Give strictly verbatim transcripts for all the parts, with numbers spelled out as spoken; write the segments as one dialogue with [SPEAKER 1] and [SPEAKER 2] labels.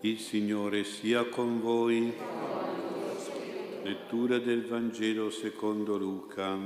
[SPEAKER 1] Il Signore sia con voi. Lettura del Vangelo secondo Luca.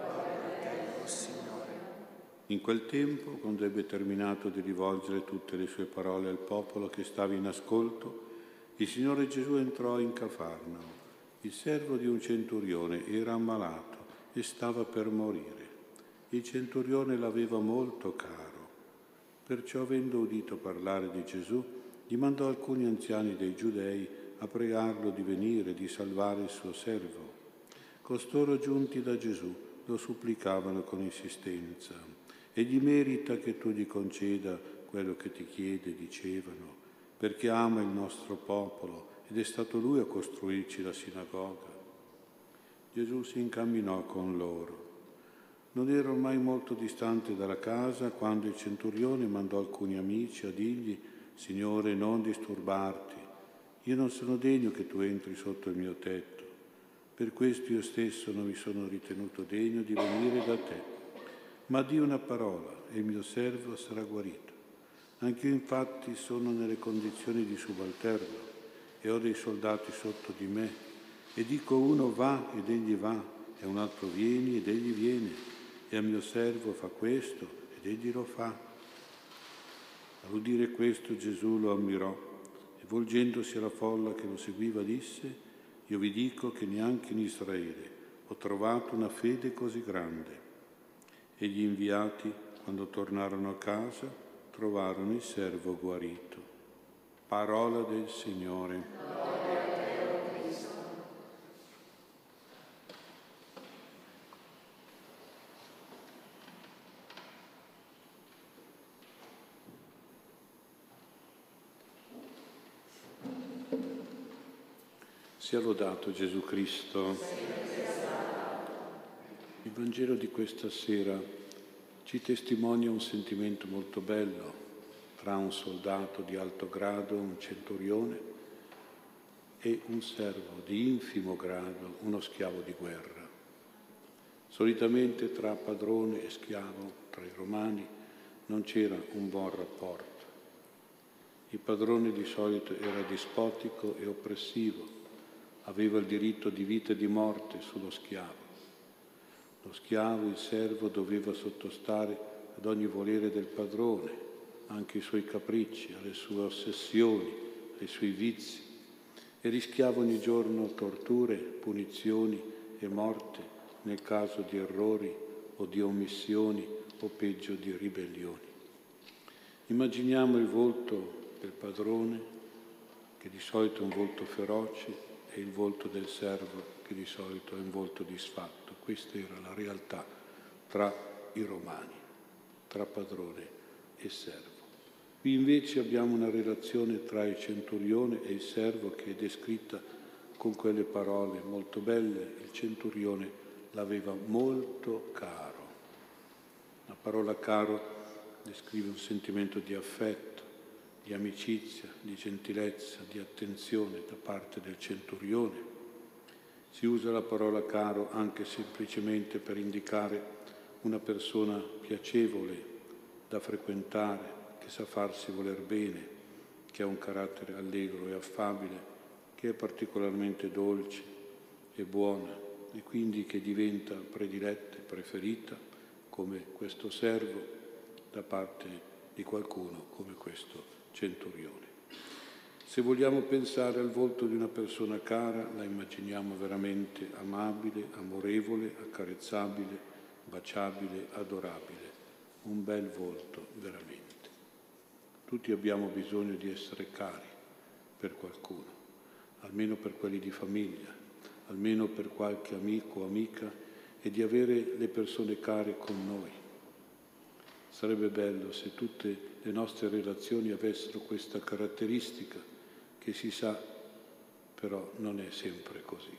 [SPEAKER 1] In quel tempo, quando ebbe terminato di rivolgere tutte le sue parole al popolo che stava in ascolto, il Signore Gesù entrò in Cafarnao. Il servo di un centurione era ammalato e stava per morire. Il centurione l'aveva molto caro. Perciò, avendo udito parlare di Gesù, gli mandò alcuni anziani dei Giudei a pregarlo di venire e di salvare il suo servo. Costoro, giunti da Gesù, lo supplicavano con insistenza. Egli merita che tu gli conceda quello che ti chiede, dicevano, perché ama il nostro popolo ed è stato lui a costruirci la sinagoga. Gesù si incamminò con loro. Non era ormai molto distante dalla casa quando il centurione mandò alcuni amici a dirgli: Signore, non disturbarti, io non sono degno che tu entri sotto il mio tetto. Per questo io stesso non mi sono ritenuto degno di venire da te. Ma di una parola e il mio servo sarà guarito. Anch'io infatti sono nelle condizioni di subalterno e ho dei soldati sotto di me. E dico uno va ed egli va, e un altro vieni ed egli viene, e al mio servo fa questo ed egli lo fa. All'udire questo Gesù lo ammirò e volgendosi alla folla che lo seguiva disse: Io vi dico che neanche in Israele ho trovato una fede così grande. E gli inviati, quando tornarono a casa, trovarono il servo guarito. Parola del Signore. Sia lodato Gesù Cristo. Il Vangelo di questa sera ci testimonia un sentimento molto bello tra un soldato di alto grado, un centurione, e un servo di infimo grado, uno schiavo di guerra. Solitamente tra padrone e schiavo, tra i romani, non c'era un buon rapporto. Il padrone di solito era dispotico e oppressivo, aveva il diritto di vita e di morte sullo schiavo. Lo schiavo, il servo, doveva sottostare ad ogni volere del padrone, anche ai suoi capricci, alle sue ossessioni, ai suoi vizi, e rischiava ogni giorno torture, punizioni e morte nel caso di errori o di omissioni o peggio di ribellioni. Immaginiamo il volto del padrone, che di solito è un volto feroce, e il volto del servo, che di solito è un volto disfatto. Questa era la realtà tra i romani, tra padrone e servo. Qui invece abbiamo una relazione tra il centurione e il servo che è descritta con quelle parole molto belle. Il centurione l'aveva molto caro. La parola caro descrive un sentimento di affetto, di amicizia, di gentilezza, di attenzione da parte del centurione. Si usa la parola caro anche semplicemente per indicare una persona piacevole da frequentare, che sa farsi voler bene, che ha un carattere allegro e affabile, che è particolarmente dolce e buona e quindi che diventa prediletta e preferita come questo servo da parte di qualcuno come questo centurione. Se vogliamo pensare al volto di una persona cara, la immaginiamo veramente amabile, amorevole, accarezzabile, baciabile, adorabile. Un bel volto, veramente. Tutti abbiamo bisogno di essere cari per qualcuno, almeno per quelli di famiglia, almeno per qualche amico o amica, e di avere le persone care con noi. Sarebbe bello se tutte le nostre relazioni avessero questa caratteristica, che si sa, però non è sempre così.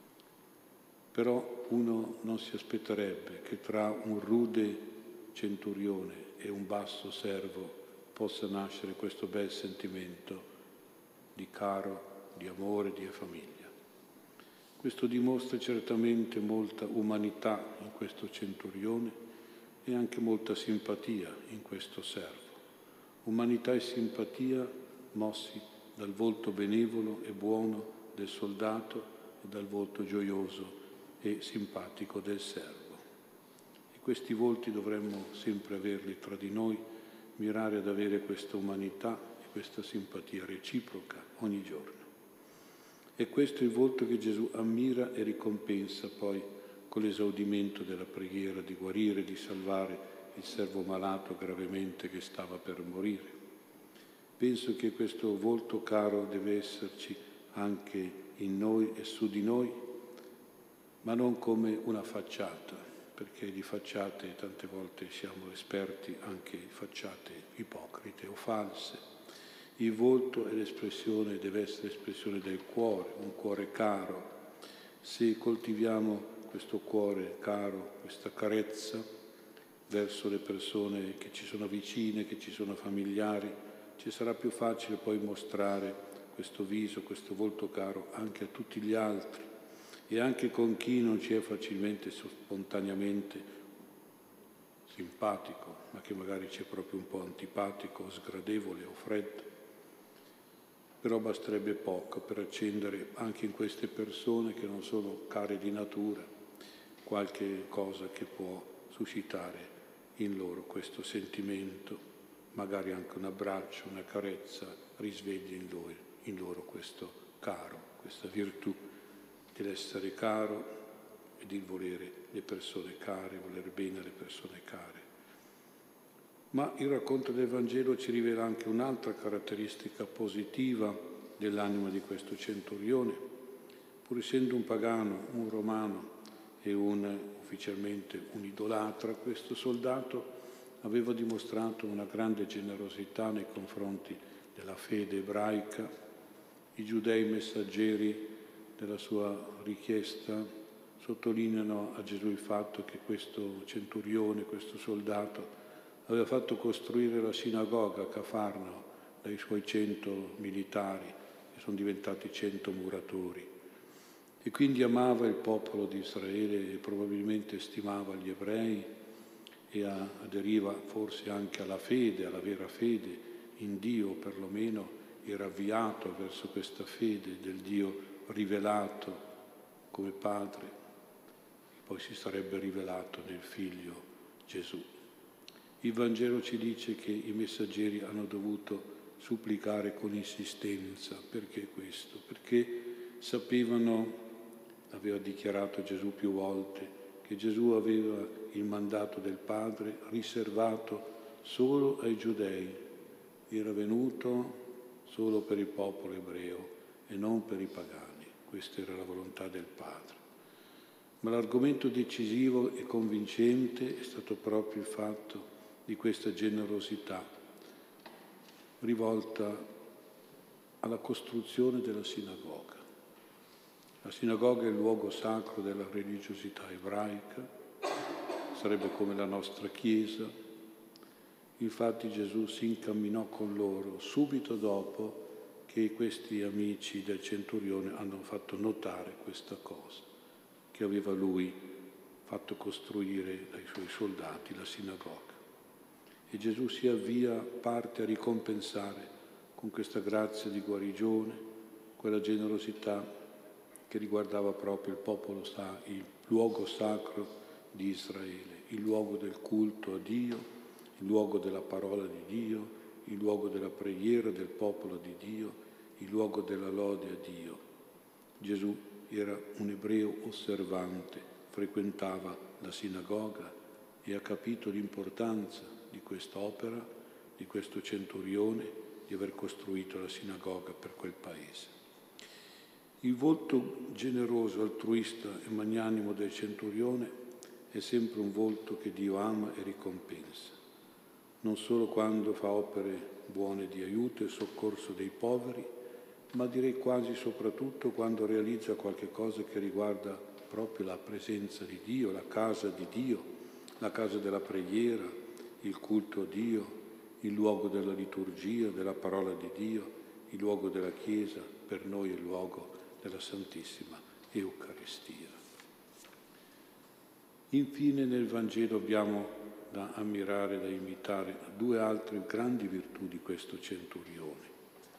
[SPEAKER 1] Però uno non si aspetterebbe che tra un rude centurione e un basso servo possa nascere questo bel sentimento di caro, di amore, di famiglia. Questo dimostra certamente molta umanità in questo centurione e anche molta simpatia in questo servo. Umanità e simpatia mossi dal volto benevolo e buono del soldato e dal volto gioioso e simpatico del servo. E questi volti dovremmo sempre averli tra di noi, mirare ad avere questa umanità e questa simpatia reciproca ogni giorno. E questo è il volto che Gesù ammira e ricompensa poi con l'esaudimento della preghiera di guarire, di salvare il servo malato gravemente che stava per morire. Penso che questo volto caro deve esserci anche in noi e su di noi, ma non come una facciata, perché di facciate tante volte siamo esperti, anche facciate ipocrite o false. Il volto è l'espressione, deve essere espressione del cuore, un cuore caro. Se coltiviamo questo cuore caro, questa carezza verso le persone che ci sono vicine, che ci sono familiari, ci sarà più facile poi mostrare questo viso, questo volto caro anche a tutti gli altri e anche con chi non ci è facilmente, spontaneamente simpatico, ma che magari ci è proprio un po' antipatico, sgradevole o freddo. Però basterebbe poco per accendere anche in queste persone che non sono care di natura qualche cosa che può suscitare in loro questo sentimento, magari anche un abbraccio, una carezza risveglia in loro, in loro questo caro, questa virtù dell'essere caro e di volere le persone care, voler bene alle persone care. Ma il racconto del Vangelo ci rivela anche un'altra caratteristica positiva dell'anima di questo centurione. Pur essendo un pagano, un romano e un, ufficialmente un idolatra, questo soldato aveva dimostrato una grande generosità nei confronti della fede ebraica. I giudei messaggeri della sua richiesta sottolineano a Gesù il fatto che questo centurione, questo soldato, aveva fatto costruire la sinagoga a Cafarnao dai suoi cento militari, che sono diventati cento muratori. E quindi amava il popolo di Israele e probabilmente stimava gli ebrei e aderiva forse anche alla fede, alla vera fede in Dio, perlomeno era avviato verso questa fede del Dio rivelato come Padre, e poi si sarebbe rivelato nel Figlio Gesù. Il Vangelo ci dice che i messaggeri hanno dovuto supplicare con insistenza. Perché questo? Perché sapevano, aveva dichiarato Gesù più volte, che Gesù aveva il mandato del Padre riservato solo ai giudei, era venuto solo per il popolo ebreo e non per i pagani. Questa era la volontà del Padre. Ma l'argomento decisivo e convincente è stato proprio il fatto di questa generosità rivolta alla costruzione della sinagoga. La sinagoga è il luogo sacro della religiosità ebraica, sarebbe come la nostra Chiesa. Infatti Gesù si incamminò con loro subito dopo che questi amici del centurione hanno fatto notare questa cosa, che aveva lui fatto costruire dai suoi soldati la sinagoga. E Gesù si avvia, parte a ricompensare con questa grazia di guarigione, quella generosità che riguardava proprio il popolo, il luogo sacro di Israele, il luogo del culto a Dio, il luogo della parola di Dio, il luogo della preghiera del popolo di Dio, il luogo della lode a Dio. Gesù era un ebreo osservante, frequentava la sinagoga e ha capito l'importanza di quest'opera, di questo centurione, di aver costruito la sinagoga per quel paese. Il volto generoso, altruista e magnanimo del centurione è sempre un volto che Dio ama e ricompensa, non solo quando fa opere buone di aiuto e soccorso dei poveri, ma direi quasi soprattutto quando realizza qualche cosa che riguarda proprio la presenza di Dio, la casa di Dio, la casa della preghiera, il culto a Dio, il luogo della liturgia, della parola di Dio, il luogo della Chiesa, per noi il luogo della Santissima Eucaristia. Infine nel Vangelo abbiamo da ammirare, da imitare due altre grandi virtù di questo centurione.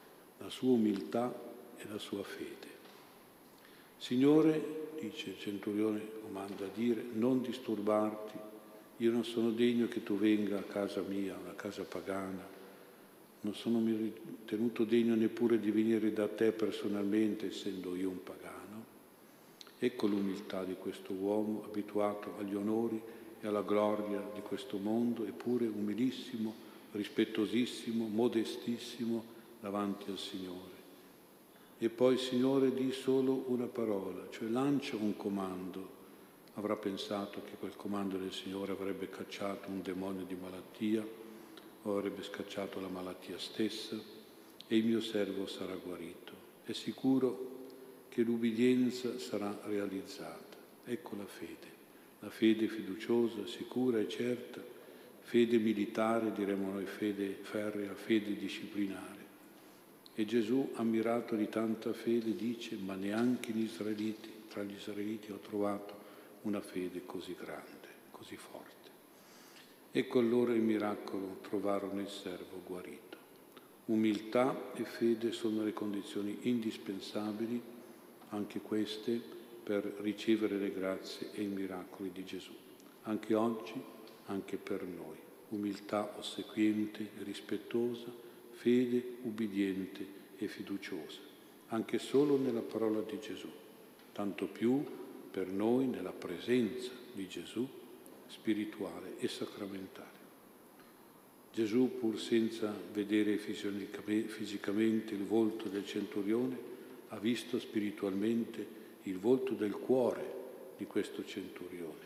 [SPEAKER 1] la sua umiltà e la sua fede. Signore, dice il centurione, comanda a dire, non disturbarti, io non sono degno che tu venga a casa mia, una casa pagana, non sono ritenuto degno neppure di venire da te personalmente, essendo io un pagano. Ecco l'umiltà di questo uomo, abituato agli onori e alla gloria di questo mondo, eppure umilissimo, rispettosissimo, modestissimo davanti al Signore. E poi il Signore di solo una parola, cioè lancia un comando. Avrà pensato che quel comando del Signore avrebbe cacciato un demonio di malattia o avrebbe scacciato la malattia stessa e il mio servo sarà guarito. È sicuro che l'ubbidienza sarà realizzata. Ecco la fede, la fede fiduciosa, sicura e certa, fede militare, diremmo noi, fede ferrea, fede disciplinare. E Gesù, ammirato di tanta fede, dice, ma neanche gli israeliti, tra gli israeliti ho trovato una fede così grande, così forte. Ecco allora il miracolo, trovarono il servo guarito. Umiltà e fede sono le condizioni indispensabili, anche queste, per ricevere le grazie e i miracoli di Gesù. Anche oggi, anche per noi. Umiltà ossequiente e rispettosa, fede ubbidiente e fiduciosa, anche solo nella parola di Gesù, tanto più per noi nella presenza di Gesù spirituale e sacramentale. Gesù, pur senza vedere fisicamente il volto del centurione, ha visto spiritualmente il volto del cuore di questo centurione.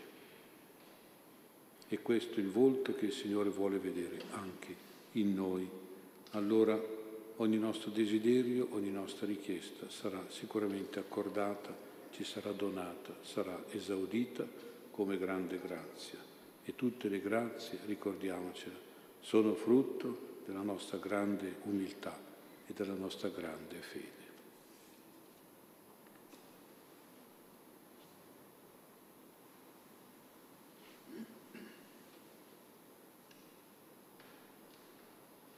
[SPEAKER 1] E questo è il volto che il Signore vuole vedere anche in noi. Allora ogni nostro desiderio, ogni nostra richiesta sarà sicuramente accordata, ci sarà donata, sarà esaudita come grande grazia. E tutte le grazie, ricordiamocela, sono frutto della nostra grande umiltà e della nostra grande fede.